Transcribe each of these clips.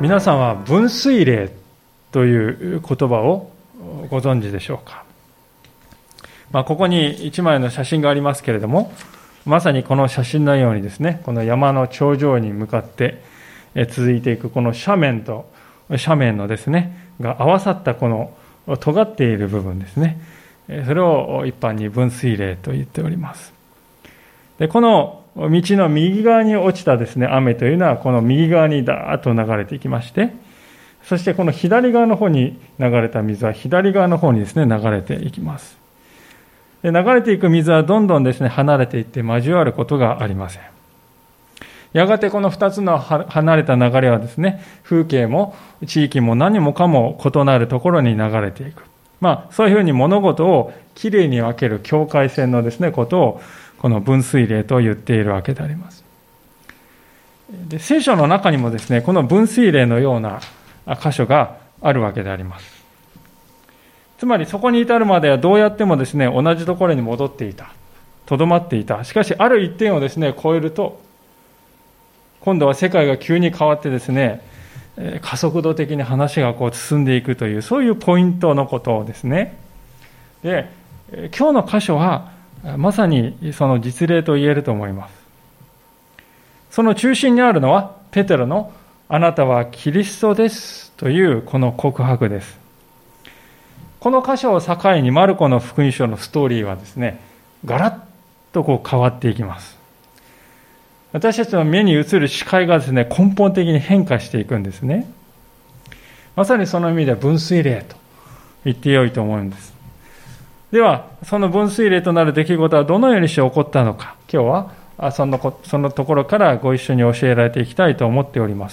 皆さんは分水嶺という言葉をご存知でしょうか。ここに一枚の写真がありますけれども、まさにこの写真のようにですね、この山の頂上に向かって続いていくこの斜面と斜面のですねが合わさったこの尖っている部分ですね、それを一般に分水嶺と言っております。でこの道の右側に落ちたですね雨というのはこの右側にダーッと流れていきまして、そしてこの左側の方に流れた水は左側の方にですね流れていきます。で流れていく水はどんどんですね離れていって交わることがありません。やがてこの2つの離れた流れはですね、風景も地域も何もかも異なるところに流れていく。そういうふうに物事をきれいに分ける境界線のですねことをこの分水嶺と言っているわけであります。で聖書の中にもですねこの分水嶺のような箇所があるわけであります。つまりそこに至るまではどうやってもですね同じところに戻っていた、とどまっていた。しかしある一点をですね超えると今度は世界が急に変わってですね加速度的に話が進んでいくという、そういうポイントのことをですね。で今日の箇所はまさにその実例と言えると思います。その中心にあるのはペテロのあなたはキリストですというこの告白です。この箇所を境にマルコの福音書のストーリーはですねガラッと変わっていきます。私たちの目に映る視界がですね根本的に変化していくんですね。まさにその意味では分水嶺と言ってよいと思うんです。ではその分水嶺となる出来事はどのようにして起こったのか、今日はそのところからご一緒に教えられていきたいと思っております。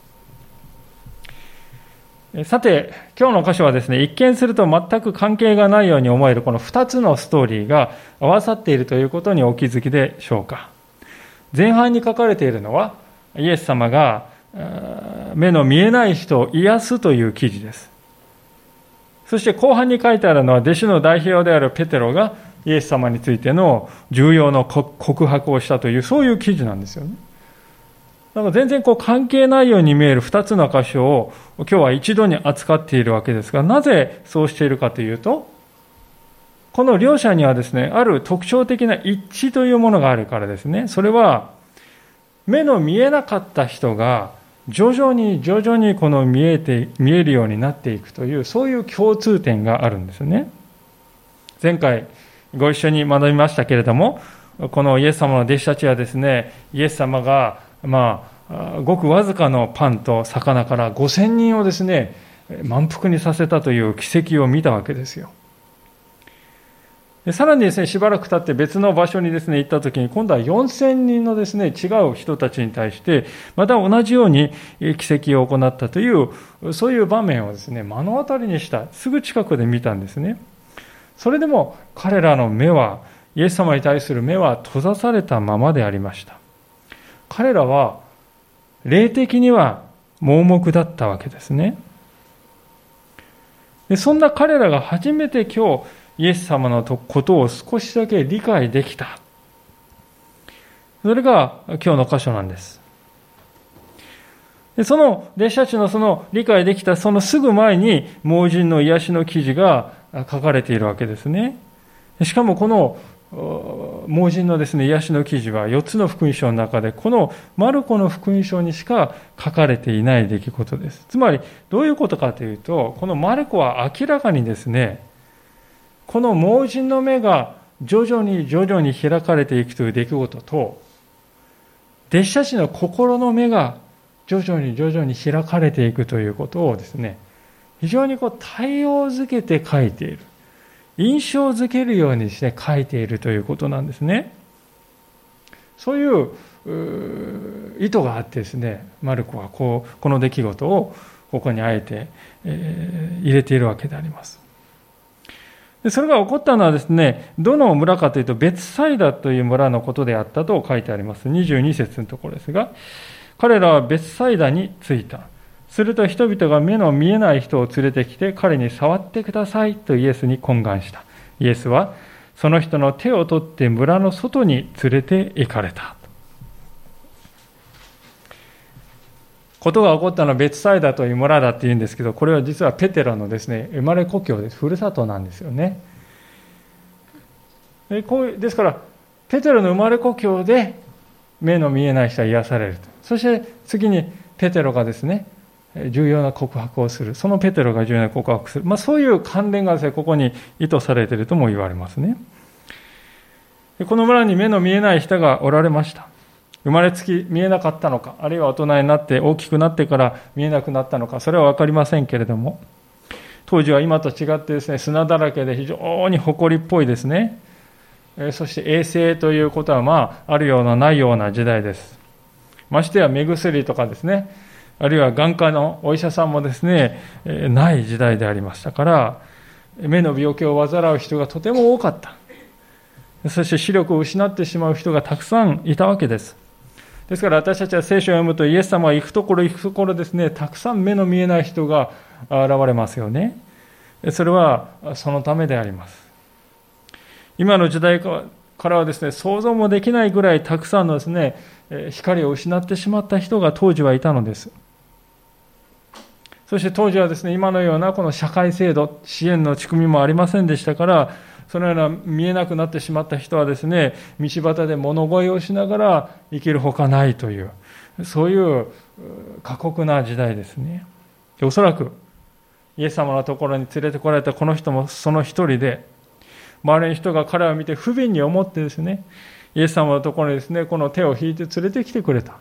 さて今日の箇所はですね、一見すると全く関係がないように思えるこの2つのストーリーが合わさっているということにお気づきでしょうか。前半に書かれているのはイエス様が目の見えない人を癒すという記事です。そして後半に書いてあるのは弟子の代表であるペテロがイエス様についての重要な告白をしたという、そういう記事なんですよね。だから全然関係ないように見える2つの箇所を今日は一度に扱っているわけですが、なぜそうしているかというと、この両者にはですねある特徴的な一致というものがあるからですね。それは目の見えなかった人が徐々にこの見えるようになっていくという、そういう共通点があるんですね。前回ご一緒に学びましたけれども、このイエス様の弟子たちはですね、イエス様がごくわずかのパンと魚から5000人をですね満腹にさせたという奇跡を見たわけですよ。さらにですね、しばらく経って別の場所にですね行ったときに、今度は4000人のですね違う人たちに対してまた同じように奇跡を行ったという、そういう場面をですね目の当たりにした、すぐ近くで見たんですね。それでも彼らの目は、イエス様に対する目は閉ざされたままでありました。彼らは霊的には盲目だったわけですね。でそんな彼らが初めて今日イエス様のことを少しだけ理解できた。それが今日の箇所なんです。でその弟子たちのその理解できたそのすぐ前に盲人の癒しの記事が書かれているわけですね。しかもこの盲人のですね癒しの記事は4つの福音書の中でこのマルコの福音書にしか書かれていない出来事です。つまりどういうことかというと、このマルコは明らかにですね、この盲人の目が徐々に開かれていくという出来事と、弟子たちの心の目が徐々に開かれていくということをですね、非常に対応づけて書いている、印象づけるようにして書いているということなんですね。そういう意図があってですね、マルコはこの出来事をここにあえて入れているわけであります。それが起こったのはですね、どの村かというとベツサイダという村のことであったと書いてあります。22節のところですが、彼らはベツサイダに着いた。すると人々が目の見えない人を連れてきて、彼に触ってくださいとイエスに懇願した。イエスはその人の手を取って村の外に連れて行かれた。 ことが起こったのはベツサイダという村だっていうんですけど、これは実はペテロのですね、生まれ故郷です。ふるさとなんですよね。ですから、ペテロの生まれ故郷で目の見えない人は癒されると。そして次にペテロがですね、重要な告白をする。そのペテロが重要な告白する。そういう関連がですね、ここに意図されているとも言われますね。この村に目の見えない人がおられました。生まれつき見えなかったのか、あるいは大人になって大きくなってから見えなくなったのか、それは分かりませんけれども、当時は今と違ってですね、砂だらけで非常に埃っぽいですね。そして衛生ということはあるようなないような時代です。ましてや目薬とかですね、あるいは眼科のお医者さんもですね、ない時代でありましたから、目の病気を患う人がとても多かった。そして視力を失ってしまう人がたくさんいたわけです。ですから私たちは聖書を読むと、イエス様は行くところ行くところですね、たくさん目の見えない人が現れますよね。それはそのためであります。今の時代からはですね、想像もできないぐらいたくさんのですね、光を失ってしまった人が当時はいたのです。そして当時はですね、今のようなこの社会制度、支援の仕組みもありませんでしたから、そのような見えなくなってしまった人はですね、道端で物乞いをしながら生きるほかないという、そういう過酷な時代ですね。おそらくイエス様のところに連れてこられたこの人もその一人で、周りの人が彼を見て不憫に思ってですね、イエス様のところにですね、この手を引いて連れてきてくれた。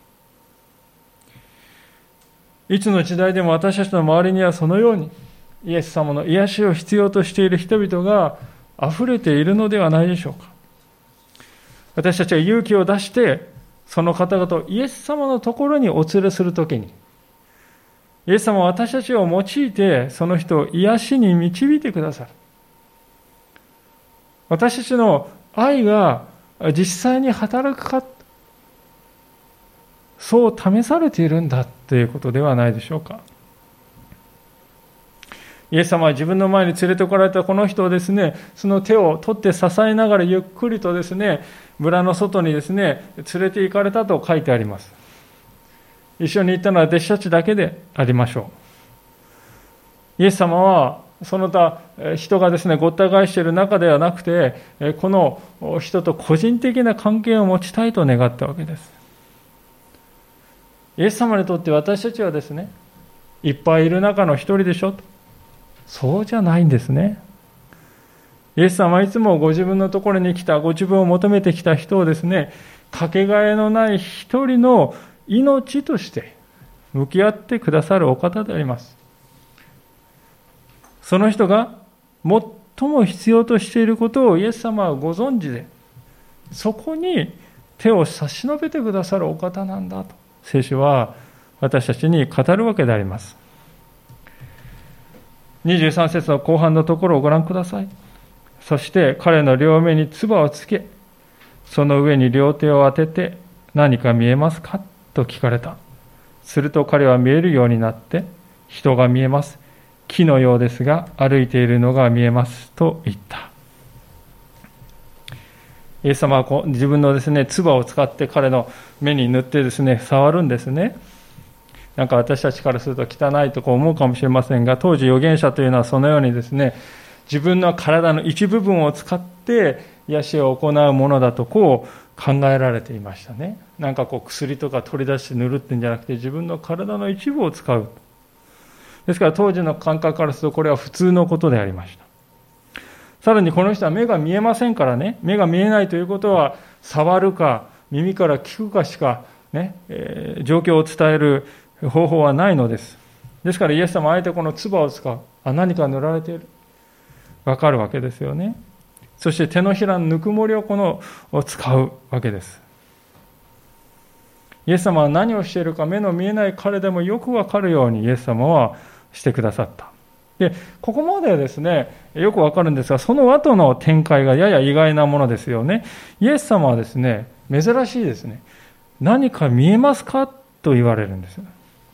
いつの時代でも私たちの周りにはそのようにイエス様の癒しを必要としている人々が溢れているのではないでしょうか。私たちは勇気を出してその方々をイエス様のところにお連れするときに、イエス様は私たちを用いてその人を癒しに導いてくださる。私たちの愛が実際に働くか、そう試されているんだということではないでしょうか。イエス様は自分の前に連れてこられたこの人をですね、その手を取って支えながらゆっくりとですね、村の外にですね、連れて行かれたと書いてあります。一緒に行ったのは弟子たちだけでありましょう。イエス様はその他人がですね、ごった返している中ではなくて、この人と個人的な関係を持ちたいと願ったわけです。イエス様にとって私たちはですね、いっぱいいる中の一人でしょと。そうじゃないんですね。イエス様はいつもご自分のところに来た、ご自分を求めてきた人をですね、かけがえのない一人の命として向き合ってくださるお方であります。その人が最も必要としていることをイエス様はご存知で、そこに手を差し伸べてくださるお方なんだと、聖書は私たちに語るわけであります。23節の後半のところをご覧ください。そして彼の両目に唾をつけ、その上に両手を当てて、何か見えますかと聞かれた。すると彼は見えるようになって、人が見えます。木のようですが歩いているのが見えますと言った。イエス様は自分のですね、唾を使って彼の目に塗ってですね、触るんですね。なんか私たちからすると汚いと思うかもしれませんが、当時預言者というのはそのようにですね、自分の体の一部分を使って癒しを行うものだと考えられていましたね。なんか薬とか取り出して塗るってんじゃなくて、自分の体の一部を使う。ですから当時の感覚からするとこれは普通のことでありました。さらにこの人は目が見えませんからね、目が見えないということは触るか耳から聞くかしかね、状況を伝える方法はないのです。ですからイエス様はあえてこの唾を使う。何か塗られている。わかるわけですよね。そして手のひらのぬくもりを使うわけです。イエス様は何をしているか目の見えない彼でもよくわかるようにイエス様はしてくださった。で、ここまではですね、よくわかるんですが、その後の展開がやや意外なものですよね。イエス様はですね、珍しいですね。何か見えますかと言われるんですよ。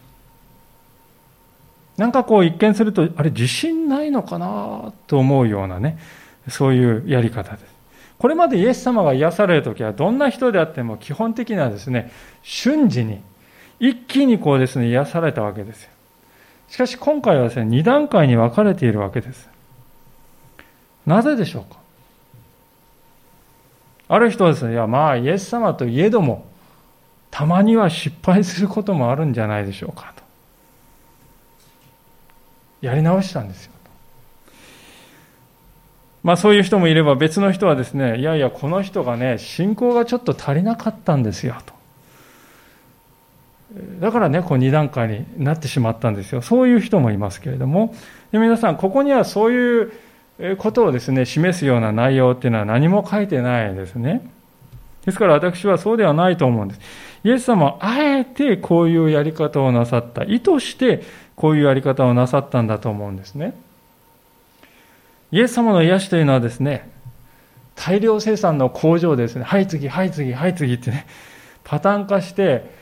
なんか一見すると、あれ自信ないのかなと思うようなね、そういうやり方です。これまでイエス様が癒されるときはどんな人であっても基本的にはですね、瞬時に一気にこうですね、癒されたわけですよ。しかし今回はですね、2段階に分かれているわけです。なぜでしょうか。ある人はですね、イエス様といえども、たまには失敗することもあるんじゃないでしょうかと。やり直したんですよ。そういう人もいれば、別の人はですね、この人がね、信仰がちょっと足りなかったんですよと。だからね、2段階になってしまったんですよ。そういう人もいますけれども、皆さん、ここにはそういうことをですね、示すような内容っていうのは何も書いてないですね。ですから私はそうではないと思うんです。イエス様はあえてこういうやり方をなさった。意図してこういうやり方をなさったんだと思うんですね。イエス様の癒しというのはですね、大量生産の工場ですね、はい次ってね、パターン化して、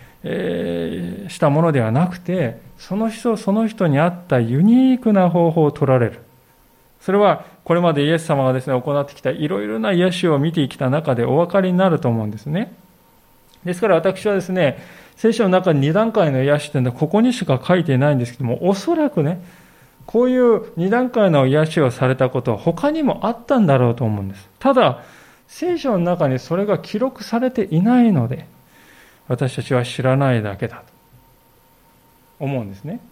したものではなくて、その人に合ったユニークな方法を取られる。それはこれまでイエス様がですね、行ってきたいろいろな癒しを見てきた中でお分かりになると思うんですね。ですから私はですね、聖書の中に2段階の癒しというのはここにしか書いていないんですけども、おそらくね、こういう2段階の癒しをされたことは他にもあったんだろうと思うんです。ただ、聖書の中にそれが記録されていないので、私たちは知らないだけだと思うんですね。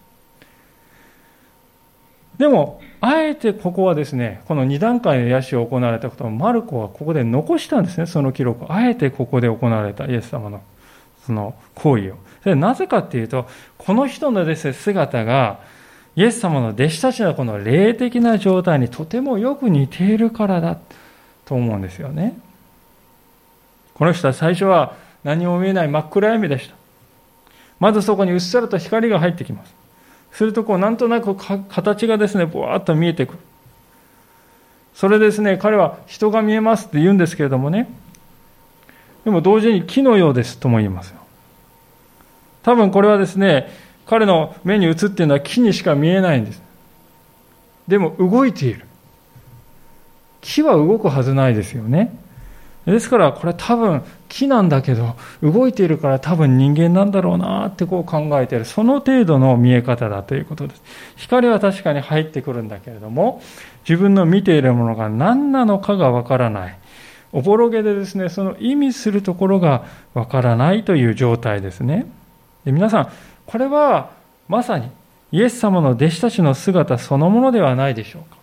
でも、あえてここはですね、この2段階の癒しを行われたことをマルコはここで残したんですね、その記録を。あえてここで行われたイエス様のその行為を。それはなぜかっていうと、この人のですね、姿が、イエス様の弟子たちのこの霊的な状態にとてもよく似ているからだと思うんですよね。この人は最初は何も見えない真っ暗闇でした。まずそこにうっすらと光が入ってきます。するとなんとなく形がですね、ぼわーっと見えてくる。それですね、彼は人が見えますって言うんですけれどもね、でも同時に木のようですとも言いますよ。多分これはですね、彼の目に映っているのは木にしか見えないんです。でも動いている。木は動くはずないですよね。ですからこれ多分木なんだけど動いているから多分人間なんだろうなって考えている、その程度の見え方だということです。光は確かに入ってくるんだけれども、自分の見ているものが何なのかがわからない。おぼろげでですね、その意味するところがわからないという状態ですね。で、皆さん、これはまさにイエス様の弟子たちの姿そのものではないでしょうか。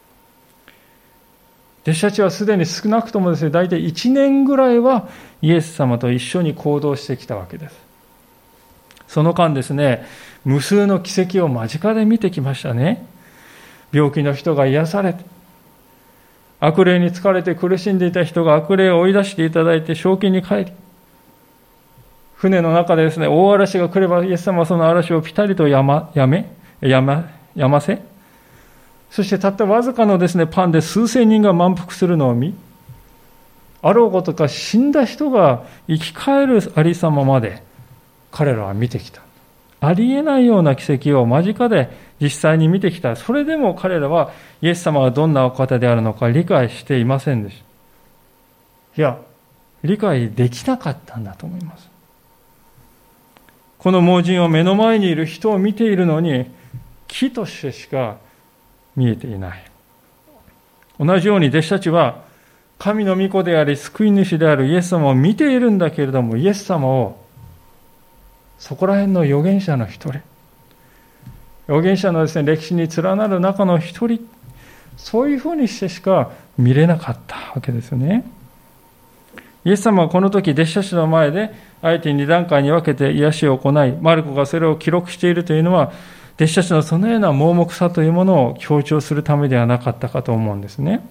弟子たちはすでに少なくともですね、大体1年ぐらいはイエス様と一緒に行動してきたわけです。その間ですね、無数の奇跡を間近で見てきましたね。病気の人が癒されて、悪霊に疲れて苦しんでいた人が悪霊を追い出していただいて正気に帰り、船の中でですね、大嵐が来ればイエス様はその嵐をピタリとやませ、そしてたったわずかのですね、パンで数千人が満腹するのを見、あろうことか死んだ人が生き返るありさままで彼らは見てきた。ありえないような奇跡を間近で実際に見てきた。それでも彼らはイエス様がどんなお方であるのか理解していませんでした。いや、理解できなかったんだと思います。この盲人を目の前にいる人を見ているのに、木としてしか見えていない。同じように弟子たちは神の御子であり救い主であるイエス様を見ているんだけれども、イエス様をそこら辺の預言者の一人、預言者のですね、歴史に連なる中の一人、そういうふうにしてしか見れなかったわけですよね。イエス様はこの時弟子たちの前であえて2段階に分けて癒しを行い、マルコがそれを記録しているというのは、弟子たちのそのような盲目さというものを強調するためではなかったかと思うんですね。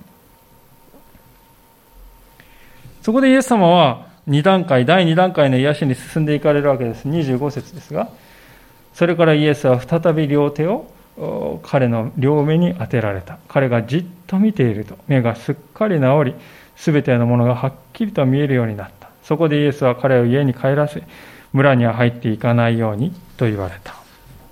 そこでイエス様は第2段階の癒しに進んでいかれるわけです。25節ですが、それからイエスは再び両手を彼の両目に当てられた。彼がじっと見ていると、目がすっかり治り、すべてのものがはっきりと見えるようになった。そこでイエスは彼を家に帰らせ、村には入っていかないようにと言われた。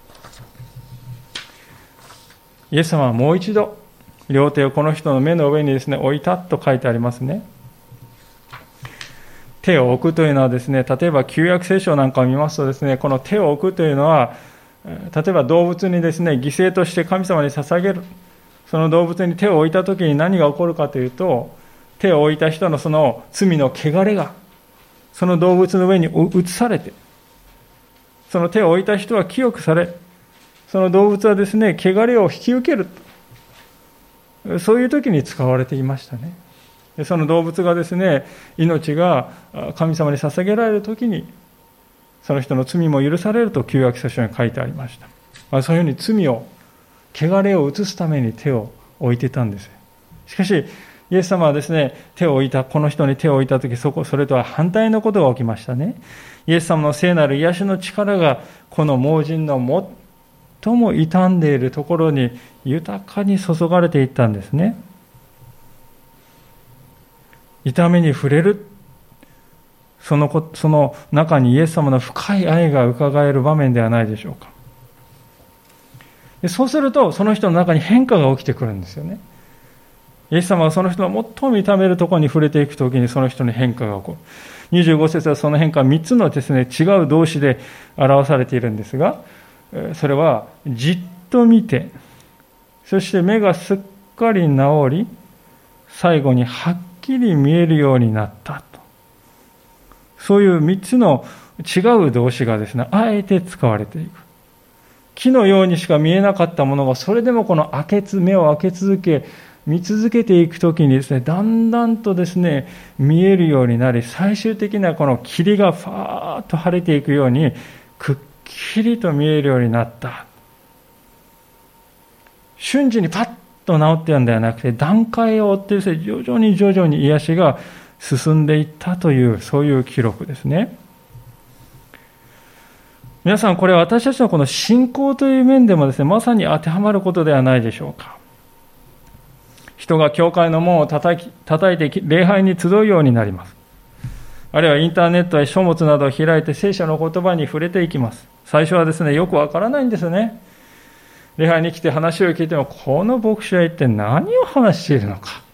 イエス様はもう一度、両手をこの人の目の上にですね、置いたと書いてありますね。 手を置くというのはですね、例えば旧約聖書なんかを見ますとですね、この手を置くというのは、例えば動物にですね、犠牲として神様に捧げる。その動物に手を置いたときに何が起こるかというと、手を置いた人のその罪の汚れが、その動物の上に移されて、その手を置いた人は清くされ、その動物はですね、汚れを引き受ける。そういう時に使われていましたね。その動物がですね、命が神様に捧げられる時に、その人の罪も許されると旧約聖書に書いてありました。そういうふうに罪を、汚れを移すために手を置いてたんです。しかし、イエス様はですね、この人に手を置いたとき、それとは反対のことが起きましたね。イエス様の聖なる癒しの力が、この盲人の最も傷んでいるところに豊かに注がれていったんですね。痛みに触れる。その中にイエス様の深い愛が伺える場面ではないでしょうか。そうすると、その人の中に変化が起きてくるんですよね。イエス様はその人の最も痛めるところに触れていくときにその人に変化が起こる。25節はその変化は3つのですね、違う動詞で表されているんですが、それはじっと見て、そして目がすっかり治り、最後にはっきり見えるようになったと。そういう3つの違う動詞がですね、あえて使われていく。木のようにしか見えなかったものが、それでもこの目を開け続け、見続けていくときにですね、だんだんとですね、見えるようになり、最終的なこの霧がファーッと晴れていくように、くっきりと見えるようになった。瞬時にパッと治っているんではなくて、段階を追ってですね、徐々に癒しが進んでいったという、そういう記録ですね。皆さん、これは私たちのこの信仰という面でもですね、まさに当てはまることではないでしょうか。人が教会の門を叩いて礼拝に集うようになります。あるいはインターネットや書物などを開いて聖書の言葉に触れていきます。最初はですね、よくわからないんですね。礼拝に来て話を聞いても、この牧師は一体何を話しているのか。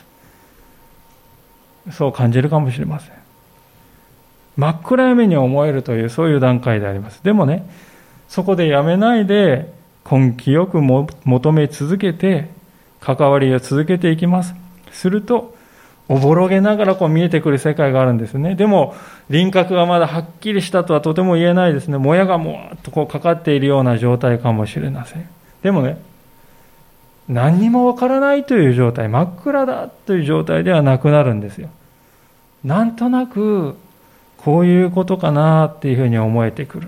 そう感じるかもしれません。真っ暗闇に思えるという、そういう段階であります。でもね、そこでやめないで、根気よく求め続けて、関わりを続けていきます。すると、おぼろげながら見えてくる世界があるんですね。でも、輪郭がまだはっきりしたとはとても言えないですね。もやがもわっとかかっているような状態かもしれません。でもね、何にもわからないという状態、真っ暗だという状態ではなくなるんですよ。なんとなく、こういうことかなっていうふうに思えてくる。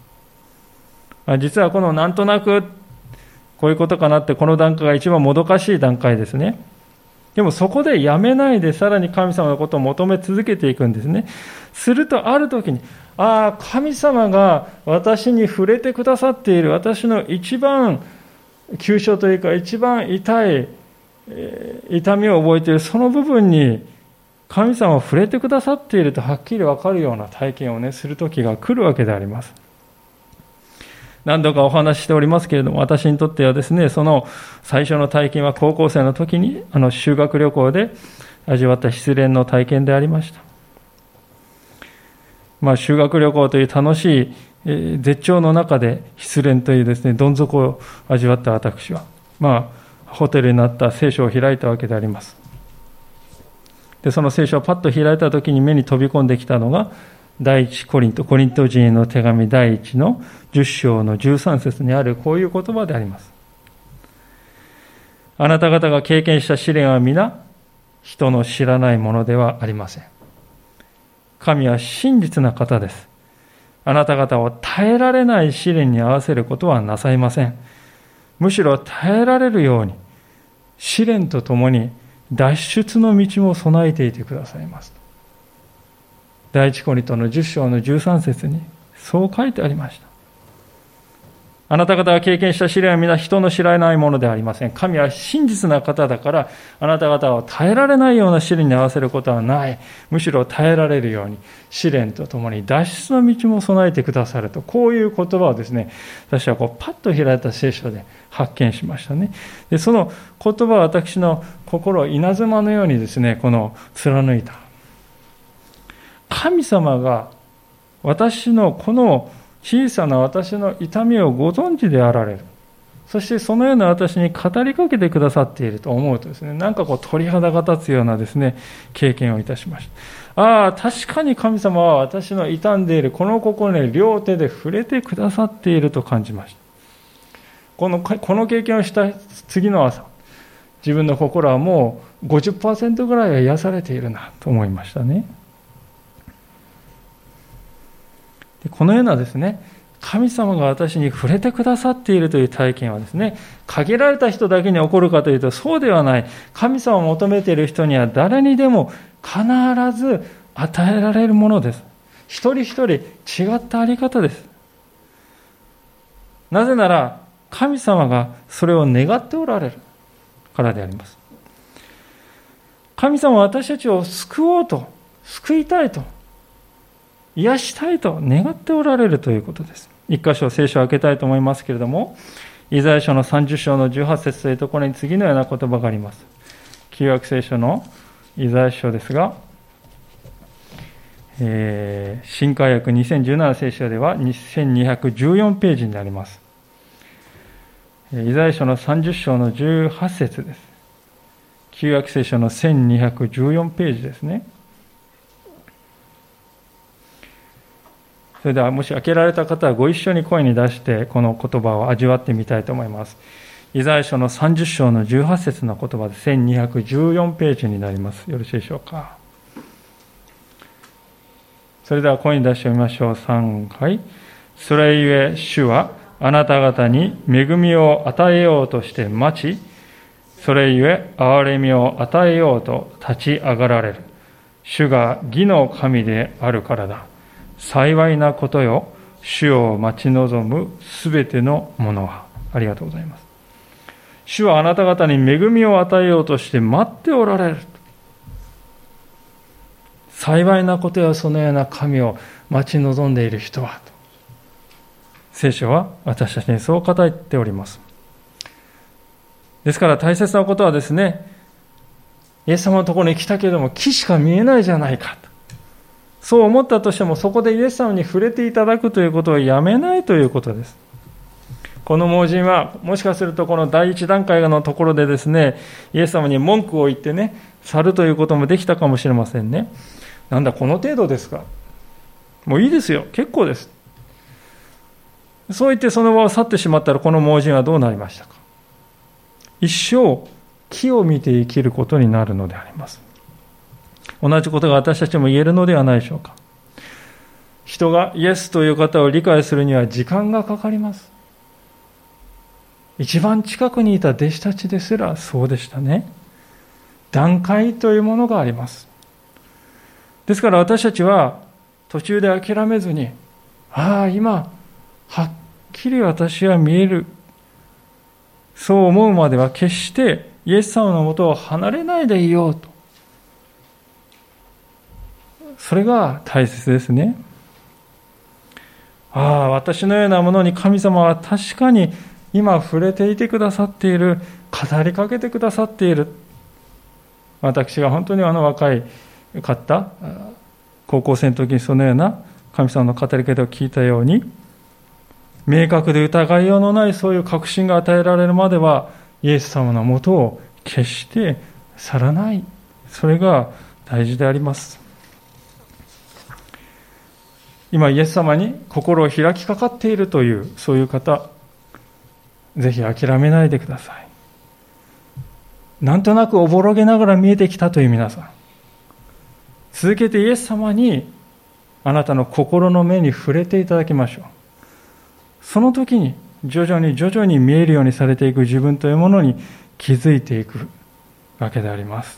実はこのなんとなく、こういうことかなって、この段階が一番もどかしい段階ですね。でもそこでやめないで、さらに神様のことを求め続けていくんですね。するとある時に、神様が私に触れてくださっている、私の一番急所というか、一番痛い、痛みを覚えている、その部分に神様を触れてくださっているとはっきり分かるような体験をね、する時が来るわけであります。何度かお話ししておりますけれども、私にとってはですね、その最初の体験は高校生の時に修学旅行で味わった失恋の体験でありました。修学旅行という楽しい絶頂の中で失恋というですね、どん底を味わった私は、ホテルになった聖書を開いたわけであります。で、その聖書をパッと開いた時に目に飛び込んできたのが、第一コリント人への手紙第1の10章の13節にあるこういう言葉であります。あなた方が経験した試練は皆人の知らないものではありません。神は真実な方です。あなた方を耐えられない試練に合わせることはなさいません。むしろ耐えられるように試練とともに脱出の道も備えていてくださいます。第一コリントの10章の13節にそう書いてありました。あなた方が経験した試練は皆人の知らないものではありません。神は真実な方だから、あなた方を耐えられないような試練に合わせることはない。むしろ耐えられるように試練とともに脱出の道も備えてくださると、こういう言葉をですね、私はパッと開いた聖書で発見しましたね。で、その言葉は私の心を稲妻のようにですね、貫いた。 神様が私のこの小さな私の痛みをご存知であられる。そしてそのような私に語りかけてくださっていると思うとですね、なんか鳥肌が立つようなですね、経験をいたしました。ああ、確かに神様は私の傷んでいるこの心に両手で触れてくださっていると感じました。この経験をした次の朝、自分の心はもう 50% ぐらいは癒されているなと思いましたね。でこのようなですね、神様が私に触れてくださっているという体験はですね、限られた人だけに起こるかというとそうではない。神様を求めている人には誰にでも必ず与えられるものです。一人一人違ったあり方です。なぜなら神様がそれを願っておられるからであります。神様は私たちを救おうと、救いたいと、癒したいと願っておられるということです。一箇所聖書を開けたいと思いますけれども、イザヤ書の30章の18節というところに次のような言葉があります。旧約聖書のイザヤ書ですが、新海訳2017聖書では2214ページになります。イザヤ書の30章の18節です。旧約聖書の1214ページですね。それではもし開けられた方はご一緒に声に出してこの言葉を味わってみたいと思います。イザヤ書の30章の18節の言葉で1214ページになります。よろしいでしょうか。それでは声に出してみましょう。3回。それゆえ主はあなた方に恵みを与えようとして待ち、それゆえ憐れみを与えようと立ち上がられる。主が義の神であるからだ。幸いなことよ、主を待ち望むすべてのものは。ありがとうございます。主はあなた方に恵みを与えようとして待っておられる。幸いなことよ、そのような神を待ち望んでいる人は。聖書は私たちにそう語っております。ですから大切なことはですね、イエス様のところに来たけれども木しか見えないじゃないかと。そう思ったとしても、そこでイエス様に触れていただくということをやめないということです。この盲人は、もしかするとこの第一段階のところでですね、イエス様に文句を言ってね、去るということもできたかもしれませんね。なんだ、この程度ですか。もういいですよ。結構です。そう言ってその場を去ってしまったら、この盲人はどうなりましたか。一生、木を見て生きることになるのであります。同じことが私たちも言えるのではないでしょうか。人がイエスという方を理解するには時間がかかります。一番近くにいた弟子たちですらそうでしたね。段階というものがあります。ですから私たちは途中で諦めずに、今はっきり私は見える、そう思うまでは決してイエス様のもとを離れないでいようと。それが大切ですね。私のようなものに神様は確かに今触れていてくださっている、語りかけてくださっている。私が本当に若い方、高校生の時にそのような神様の語りかけを聞いたように、明確で疑いようのないそういう確信が与えられるまでは、イエス様のもとを決して去らない。それが大事であります。今イエス様に心を開きかかっているというそういう方、ぜひ諦めないでください。なんとなくおぼろげながら見えてきたという皆さん、続けてイエス様にあなたの心の目に触れていただきましょう。その時に徐々に見えるようにされていく自分というものに気づいていくわけであります。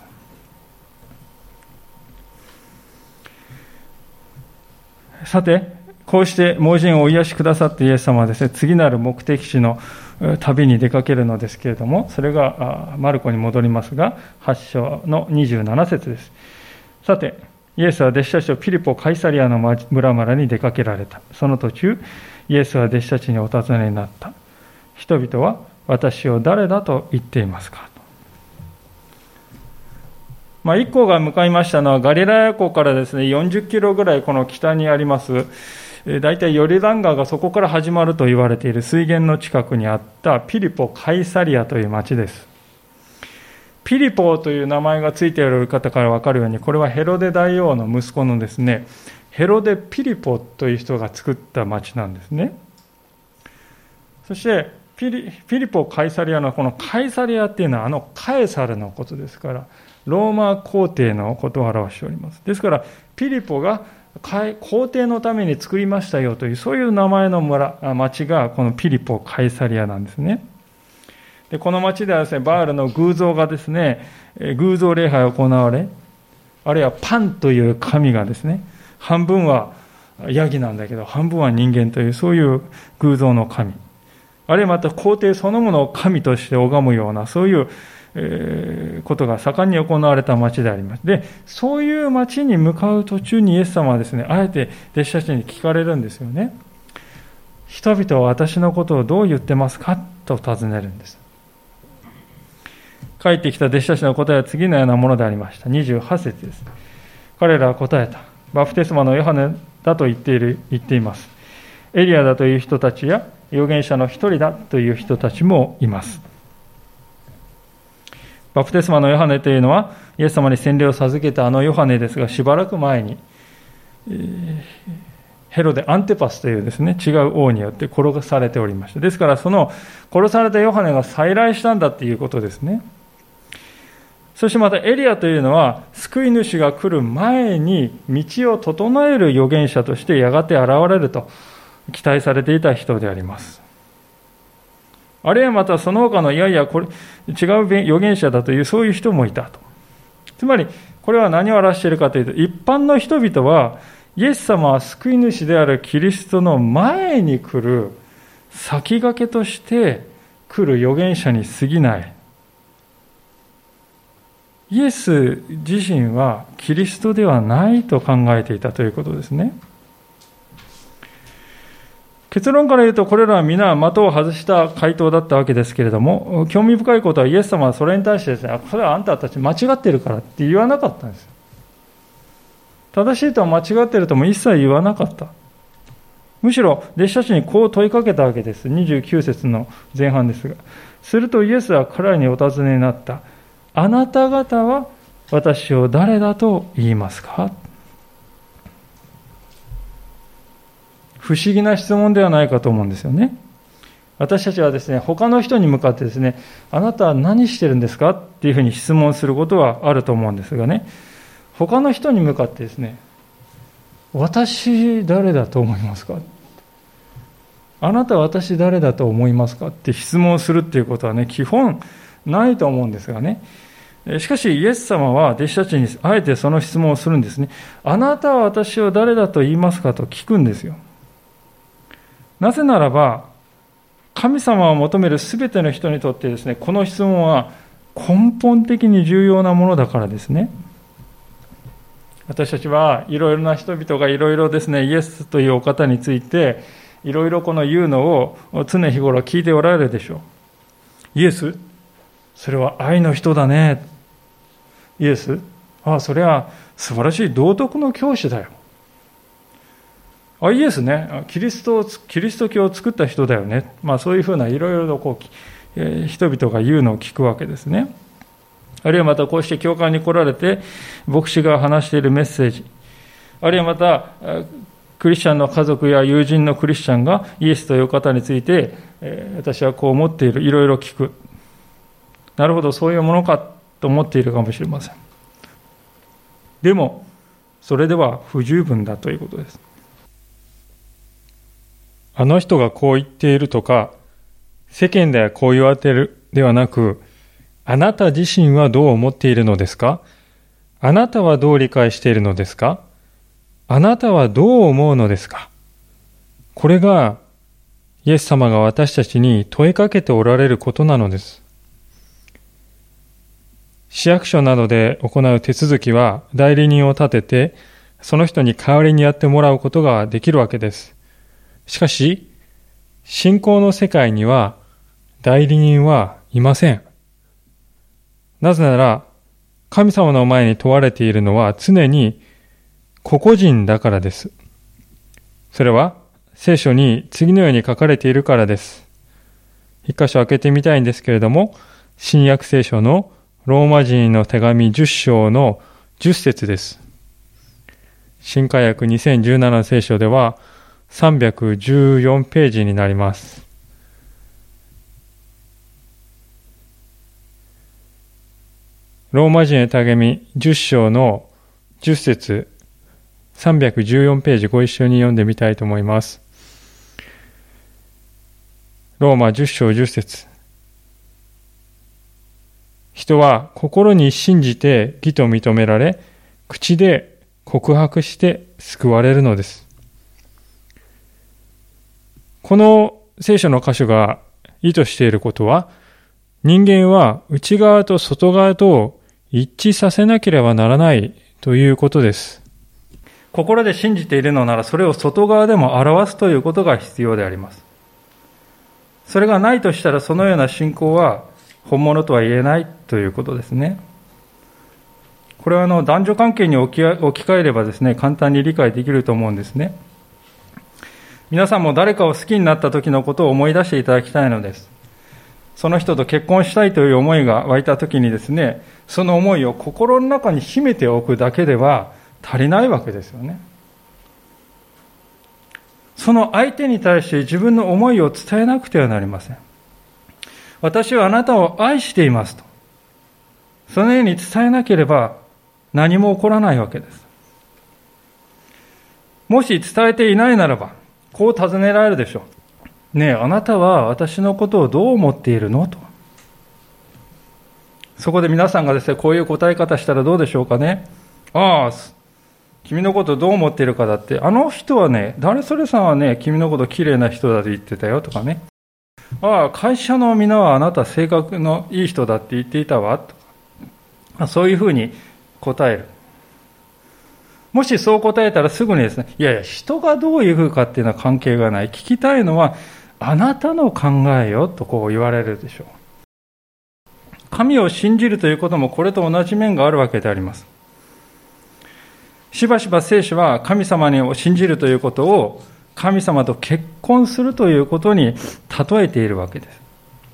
さて、こうして盲人をお癒しくださってイエス様はですね、次なる目的地の旅に出かけるのですけれども、それがマルコに戻りますが、8章の27節です。さて、イエスは弟子たちとピリポ・カイサリアの村々に出かけられた。その途中、イエスは弟子たちにお尋ねになった。人々は私を誰だと言っていますか。 一行が向かいましたのはガリラヤ湖からですね、40キロぐらいこの北にあります、大体ヨルダン川がそこから始まると言われている水源の近くにあったピリポ・カイサリアという町です。ピリポという名前がついている方から分かるように、これはヘロデ大王の息子のですね、ヘロデ・ピリポという人が作った町なんですね。そしてピリポ・カイサリアのこのカイサリアっていうのはカエサルのことですから、ローマ皇帝のことを表しております。ですからピリポが皇帝のために作りましたよという、そういう名前の町がこのピリポ・カイサリアなんですね。でこの町ではですね、バールの偶像がですね、偶像礼拝が行われ、あるいはパンという神がですね、半分はヤギなんだけど半分は人間という、そういう偶像の神、あるいはまた皇帝そのものを神として拝むような、そういうことが盛んに行われた町であります。で、そういう町に向かう途中にイエス様はですね、あえて弟子たちに聞かれるんですよね。人々は私のことをどう言ってますかと尋ねるんです。帰ってきた弟子たちの答えは次のようなものでありました。28節です。彼らは答えた。バプテスマのヨハネだと言っています。エリアだという人たちや預言者の一人だという人たちもいます。バプテスマのヨハネというのはイエス様に洗礼を授けたヨハネですが、しばらく前にヘロデ・アンテパスというですね、違う王によって殺されておりました。ですからその殺されたヨハネが再来したんだということですね。そしてまたエリアというのは救い主が来る前に道を整える預言者としてやがて現れると期待されていた人であります。あるいはまたその他のいやいやこれ違う預言者だというそういう人もいたと。つまりこれは何を表しているかというと、一般の人々はイエス様は救い主であるキリストの前に来る先駆けとして来る預言者に過ぎない。イエス自身はキリストではないと考えていたということですね。結論から言うと、これらは皆的を外した回答だったわけですけれども、興味深いことはイエス様はそれに対してですね、これはあんたたち間違っているからって言わなかったんです。正しいとは間違っているとも一切言わなかった。むしろ弟子たちにこう問いかけたわけです。29節の前半ですが、するとイエスは彼らにお尋ねになった。あなた方は私を誰だと言いますか？不思議な質問ではないかと思うんですよね。私たちはですね、他の人に向かってですね、あなたは何してるんですかっていうふうに質問することはあると思うんですがね、他の人に向かってですね、私誰だと思いますか？あなたは私誰だと思いますかって質問するっていうことはね、基本ないと思うんですがね。しかしイエス様は弟子たちにあえてその質問をするんですね。あなたは私を誰だと言いますかと聞くんですよ。なぜならば、神様を求めるすべての人にとってですね、この質問は根本的に重要なものだからですね。私たちはいろいろな人々がいろいろですね、イエスというお方についていろいろこの言うのを常日頃聞いておられるでしょう。イエス、それは愛の人だね。イエス、それは素晴らしい道徳の教師だよ。イエスね、キリスト教を作った人だよね。そういうふうないろいろと人々が言うのを聞くわけですね。あるいはまたこうして教会に来られて牧師が話しているメッセージ、あるいはまたクリスチャンの家族や友人のクリスチャンがイエスという方について、私はこう思っている、いろいろ聞く。なるほど、そういうものかと思っているかもしれません。でもそれでは不十分だということです。あの人がこう言っているとか、世間ではこう言われているではなく、あなた自身はどう思っているのですか？あなたはどう理解しているのですか？あなたはどう思うのですか？これがイエス様が私たちに問いかけておられることなのです。市役所などで行う手続きは代理人を立てて、その人に代わりにやってもらうことができるわけです。しかし、信仰の世界には代理人はいません。なぜなら、 神様の前に問われているのは常に個々人だからです。それは聖書に次のように書かれているからです。一箇所開けてみたいんですけれども、新約聖書のローマ人の手紙10章の10節です。新海訳2017聖書では314ページになります。ローマ人へ手紙10章の10節314ページご一緒に読んでみたいと思います。ローマ10章10節人は心に信じて義と認められ、口で告白して救われるのです。この聖書の箇所が意図していることは、人間は内側と外側と一致させなければならないということです。心で信じているのなら、それを外側でも表すということが必要であります。それがないとしたら、そのような信仰は本物とは言えないということですね。これは男女関係に置き換えればですね、簡単に理解できると思うんですね。皆さんも誰かを好きになった時のことを思い出していただきたいのです。その人と結婚したいという思いが湧いた時にですね、その思いを心の中に秘めておくだけでは足りないわけですよね。その相手に対して自分の思いを伝えなくてはなりません。私はあなたを愛していますと。そのように伝えなければ何も起こらないわけです。もし伝えていないならば、こう尋ねられるでしょう。ねえ、あなたは私のことをどう思っているのと。そこで皆さんがですね、こういう答え方したらどうでしょうかね。ああ、君のことどう思っているかだって、あの人はね、誰それさんはね、君のこときれいな人だと言ってたよとかね。ああ、会社の皆はあなた性格のいい人だって言っていたわとか、そういうふうに答える。もしそう答えたらすぐにですね、いやいや、人がどういうふうかっていうのは関係がない。聞きたいのはあなたの考えよとこう言われるでしょう。神を信じるということもこれと同じ面があるわけであります。しばしば聖書は神様を信じるということを神様と結婚するということに例えているわけです。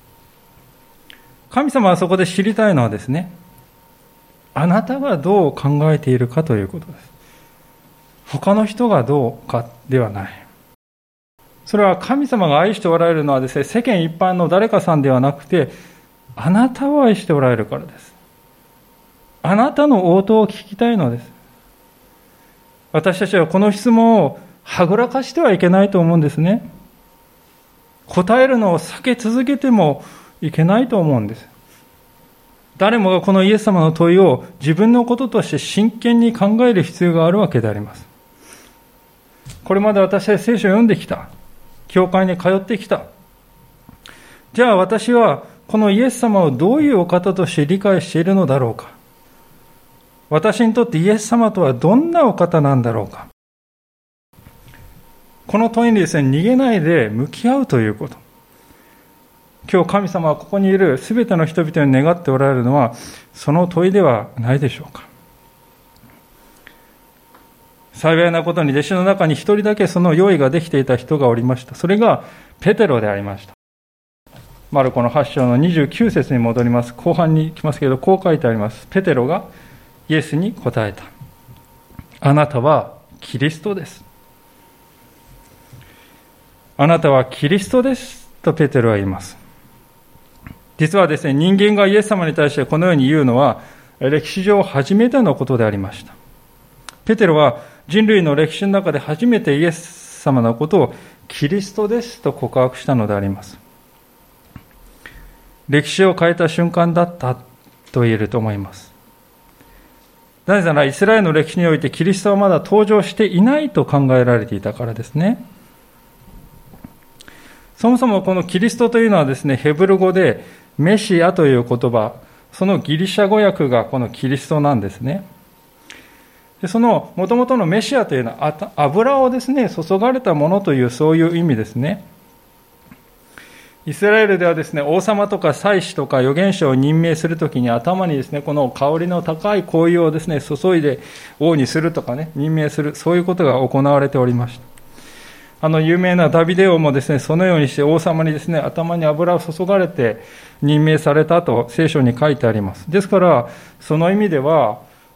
神様はそこで知りたいのはですね、あなたがどう考えているかということです。他の人がどうかではない。それは神様が愛しておられるのはですね、世間一般の誰かさんではなくて、あなたを愛しておられるからです。あなたの応答を聞きたいのです。私たちはこの質問をはぐらかしてはいけないと思うんですね。答えるのを避け続けてもいけないと思うんです。誰もがこのイエス様の問いを自分のこととして真剣に考える必要があるわけであります。これまで私は聖書を読んできた。教会に通ってきた。じゃあ私はこのイエス様をどういうお方として理解しているのだろうか。私にとってイエス様とはどんなお方なんだろうか。この問いにですね、逃げないで向き合うということ。今日神様はここにいるすべての人々に願っておられるのは、その問いではないでしょうか。幸いなことに弟子の中に一人だけその用意ができていた人がおりました。それがペテロでありました。マルコの8章の29節に戻ります。後半に来ますけれど、こう書いてあります。ペテロがイエスに答えた。あなたはキリストです。あなたはキリストですとペテロは言います。実はですね、人間がイエス様に対してこのように言うのは歴史上初めてのことでありました。ペテロは人類の歴史の中で初めてイエス様のことをキリストですと告白したのであります。歴史を変えた瞬間だったと言えると思います。なぜならイスラエルの歴史においてキリストはまだ登場していないと考えられていたからですね。そもそもこのキリストというのはですね、ヘブル語でメシアという言葉、そのギリシャ語訳がこのキリストなんですね。でその元々のメシアというのは油をですね、注がれたものというそういう意味ですね。 イスラエルではですね、王様とか祭司とか預言者を任命するときに頭にですね、この香りの高い香油をですね、注いで王にするとかね、任命する、そういうことが行われておりました。有名なダビデ王もですね、そのようにして王様にですね、頭に油を注がれて任命されたと聖書に書いてあります。ですから、その意味では、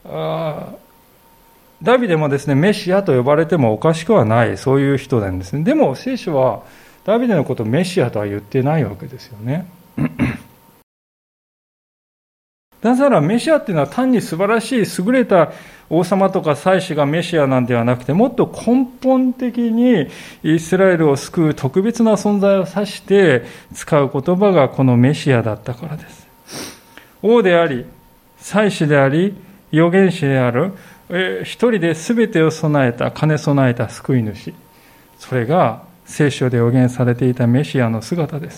ダビデもですね、メシアと呼ばれてもおかしくはない、そういう人なんですね。でも聖書はダビデのことをメシアとは言ってないわけですよね。だからメシアっていうのは単に素晴らしい優れた王様とか祭司がメシアなんではなくて、もっと根本的にイスラエルを救う特別な存在を指して使う言葉がこのメシアだったからです。王であり、祭司であり、預言者である、一人で全てを備えた、兼ね備えた救い主。それが聖書で予言されていたメシアの姿です。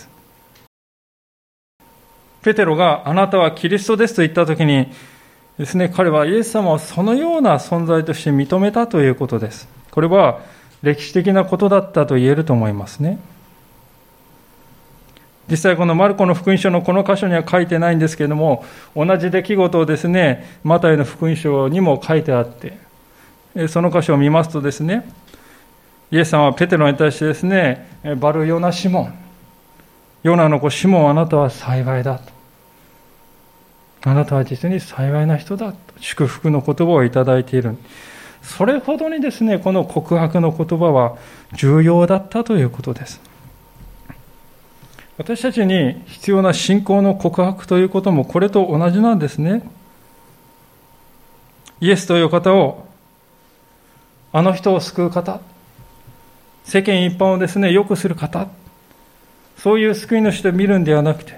ペテロがあなたはキリストですと言ったときにですね、彼はイエス様をそのような存在として認めたということです。これは歴史的なことだったと言えると思いますね。実際このマルコの福音書のこの箇所には書いてないんですけれども、同じ出来事をですね、マタイの福音書にも書いてあって、その箇所を見ますとですね、イエス様はペテロに対してですね、バルヨナシモン、ヨナの子シモン、あなたは幸いだと。あなたは実に幸いな人だと祝福の言葉をいただいている。それほどにですね、この告白の言葉は重要だったということです。私たちに必要な信仰の告白ということもこれと同じなんですね。イエスという方を、あの人を救う方、世間一般をですね、良くする方、そういう救い主と見るんではなくて、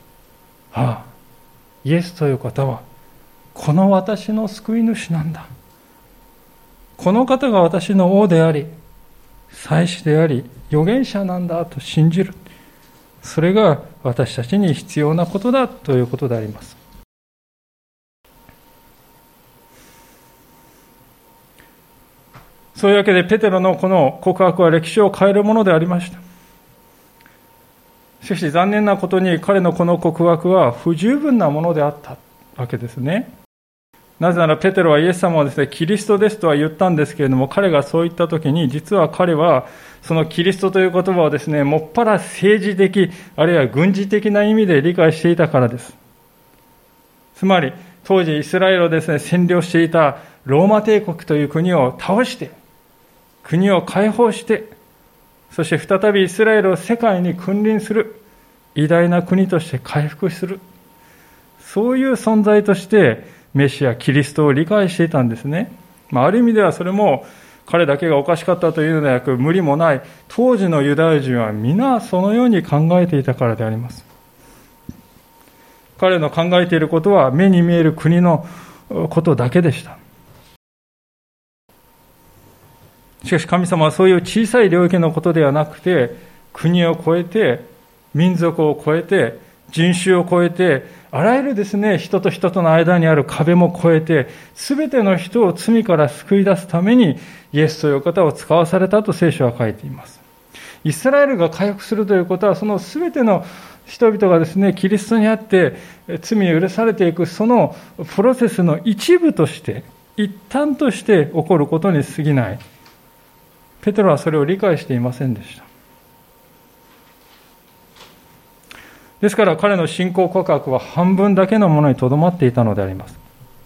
イエスという方はこの私の救い主なんだ。この方が私の王であり、祭司であり、預言者なんだと信じる。それが私たちに必要なことだということであります。そういうわけでペテロのこの告白は歴史を変えるものでありました。しかし残念なことに彼のこの告白は不十分なものであったわけですね。なぜならペテロはイエス様をですね、キリストですとは言ったんですけれども、彼がそう言ったときに、実は彼はそのキリストという言葉をですね、もっぱら政治的、あるいは軍事的な意味で理解していたからです。つまり、当時イスラエルをですね、占領していたローマ帝国という国を倒して、国を解放して、そして再びイスラエルを世界に君臨する偉大な国として回復する。そういう存在としてメシア、キリストを理解していたんですね。ある意味ではそれも彼だけがおかしかったというのではなく、無理もない。当時のユダヤ人は皆そのように考えていたからであります。彼の考えていることは目に見える国のことだけでした。しかし神様はそういう小さい領域のことではなくて、国を越えて、民族を越えて、人種を越えて、あらゆるですね、人と人との間にある壁も越えて、すべての人を罪から救い出すために、イエスという方を使わされたと聖書は書いています。イスラエルが回復するということは、そのすべての人々がですね、キリストにあって罪を許されていく、そのプロセスの一部として、一端として起こることに過ぎない。ペテロはそれを理解していませんでした。ですから彼の信仰告白は半分だけのものにとどまっていたのであります。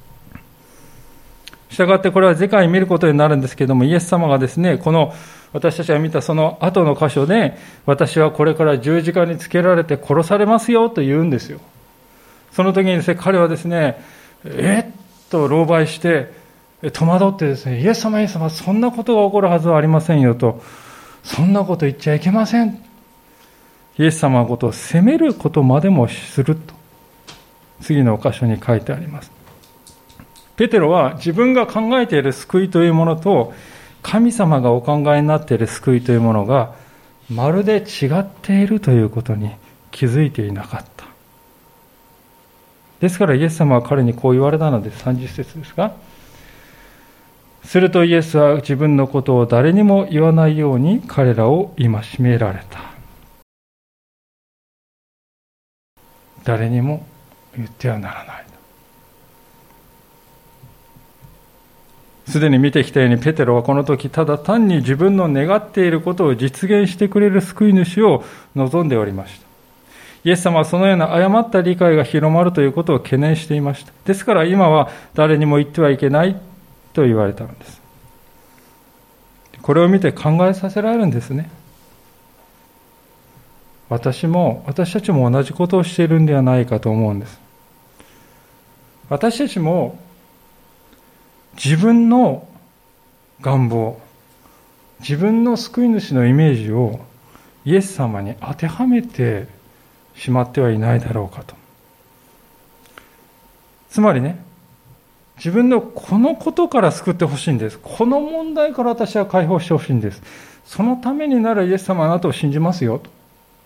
したがってこれは次回見ることになるんですけれども、イエス様がですね、この私たちが見たその後の箇所で、私はこれから十字架につけられて殺されますよと言うんですよ。その時にですね、彼はですね、と狼狽して戸惑ってですね、イエス様、イエス様、そんなことが起こるはずはありませんよと、そんなこと言っちゃいけません。イエス様のことを責めることまでもすると、次の箇所に書いてあります。ペテロは自分が考えている救いというものと、神様がお考えになっている救いというものが、まるで違っているということに気づいていなかった。ですからイエス様は彼にこう言われたのです。30節ですが、するとイエスは自分のことを誰にも言わないように彼らを戒められた。 誰にも言ってはならない。すでに見てきたように、ペテロはこの時ただ単に自分の願っていることを実現してくれる救い主を望んでおりました。イエス様はそのような誤った理解が広まるということを懸念していました。ですから今は誰にも言ってはいけないと言われたのです。これを見て考えさせられるんですね。私たちも同じことをしているんではないかと思うんです。私たちも自分の願望、自分の救い主のイメージをイエス様に当てはめてしまってはいないだろうかと。つまりね、自分のこのことから救ってほしいんです。この問題から私は解放してほしいんです。そのためにならイエス様はあなたを信じますよと。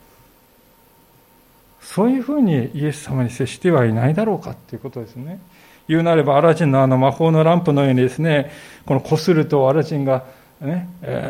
そういうふうにイエス様に接してはいないだろうかということですね。言うなればアラジンの魔法のランプのようにですね、このこするとアラジンがね、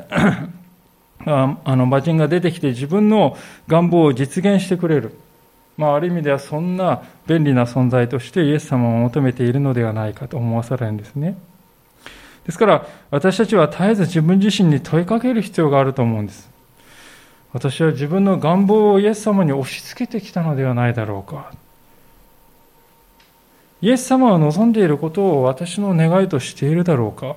魔人が出てきて自分の願望を実現してくれる。ある意味ではそんな便利な存在としてイエス様を求めているのではないかと思わされるんですね。ですから私たちは絶えず自分自身に問いかける必要があると思うんです。私は自分の願望をイエス様に押し付けてきたのではないだろうか。イエス様が望んでいることを私の願いとしているだろうか。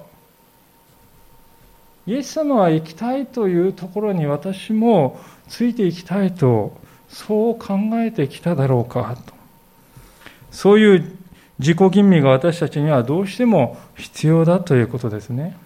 イエス様は行きたいというところに私もついていきたいと、そう考えてきただろうかと。そういう自己吟味が私たちにはどうしても必要だということですね。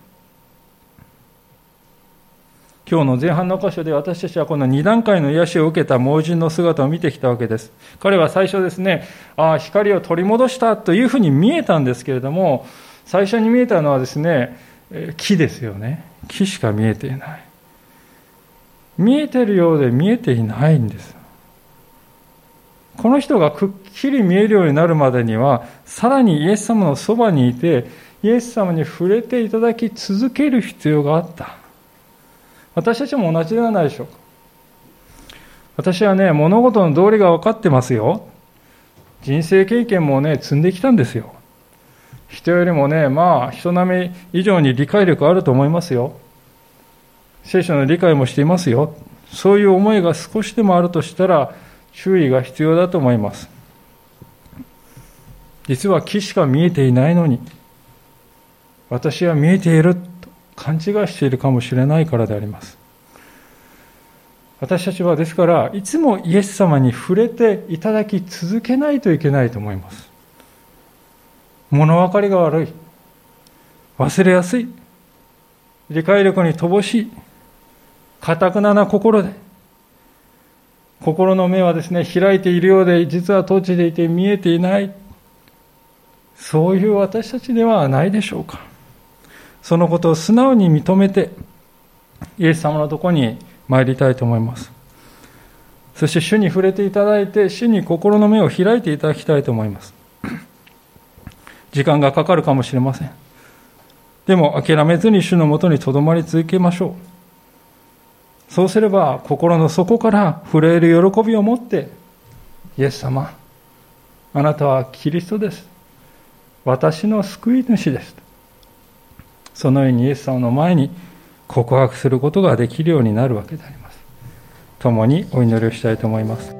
今日の前半の箇所で私たちはこの2段階の癒しを受けた盲人の姿を見てきたわけです。彼は最初ですね、光を取り戻したというふうに見えたんですけれども、最初に見えたのはですね、木ですよね。木しか見えていない。見えているようで見えていないんです。この人がくっきり見えるようになるまでには、さらにイエス様のそばにいて、イエス様に触れていただき続ける必要があった。私たちも同じではないでしょうか。私はね、物事の道理が分かってますよ。人生経験もね、積んできたんですよ。人よりもね、人並み以上に理解力あると思いますよ。聖書の理解もしていますよ。そういう思いが少しでもあるとしたら、注意が必要だと思います。実は木しか見えていないのに、私は見えていると勘違いしているかもしれないからであります。私たちはですから、いつもイエス様に触れていただき続けないといけないと思います。物分かりが悪い、忘れやすい、理解力に乏しい、堅くなな心で、心の目はですね、開いているようで実は閉じていて見えていない、そういう私たちではないでしょうか。そのことを素直に認めてイエス様のところに参りたいと思います。そして主に触れていただいて、主に心の目を開いていただきたいと思います。時間がかかるかもしれません。でも諦めずに主のもとにとどまり続けましょう。そうすれば心の底から震える喜びを持って、イエス様、あなたはキリストです。私の救い主です。そのようにイエス様の前に告白することができるようになるわけであります。共にお祈りをしたいと思います。